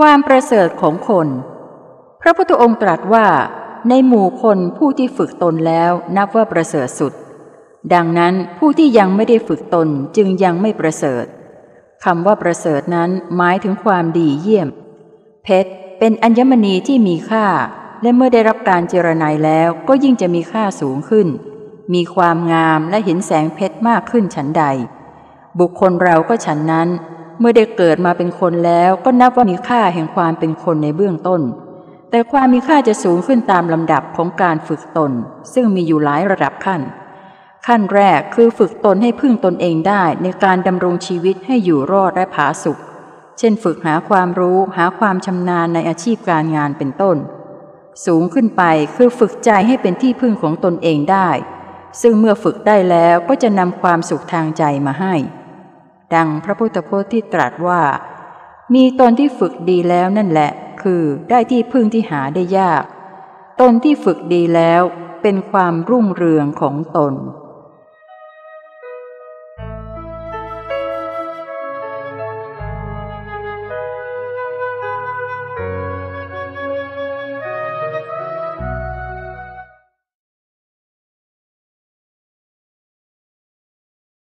ความประเสริฐของคนพระพุทธองค์ตรัสว่าในหมู่คนผู้ที่ฝึกตนแล้วนับว่าประเสริฐสุดดังนั้นผู้ที่ยังไม่ได้ฝึกตนจึงยังไม่ประเสริฐคำว่าประเสริฐนั้นหมายถึงความดีเยี่ยมเพชรเป็นอัญมณีที่มีค่าและเมื่อได้รับการเจรไนแล้วก็ยิ่งจะมีค่าสูงขึ้นมีความงามและเห็นแสงเพชรมากขึ้นฉันใดบุคคลเราก็ฉันนั้นเมื่อได้เกิดมาเป็นคนแล้วก็นับว่ามีค่าแห่งความเป็นคนในเบื้องต้นแต่ความมีค่าจะสูงขึ้นตามลำดับของการฝึกตนซึ่งมีอยู่หลายระดับขั้นแรกคือฝึกตนให้พึ่งตนเองได้ในการดำรงชีวิตให้อยู่รอดและผาสุกเช่นฝึกหาความรู้หาความชำนาญในอาชีพการงานเป็นต้นสูงขึ้นไปคือฝึกใจให้เป็นที่พึ่งของตนเองได้ซึ่งเมื่อฝึกได้แล้วก็จะนำความสุขทางใจมาให้ดังพระพุทธพจน์ที่ตรัสว่ามีตนที่ฝึกดีแล้วนั่นแหละคือได้ที่พึ่งที่หาได้ยากตนที่ฝึกดีแล้วเป็นความรุ่งเรืองของตน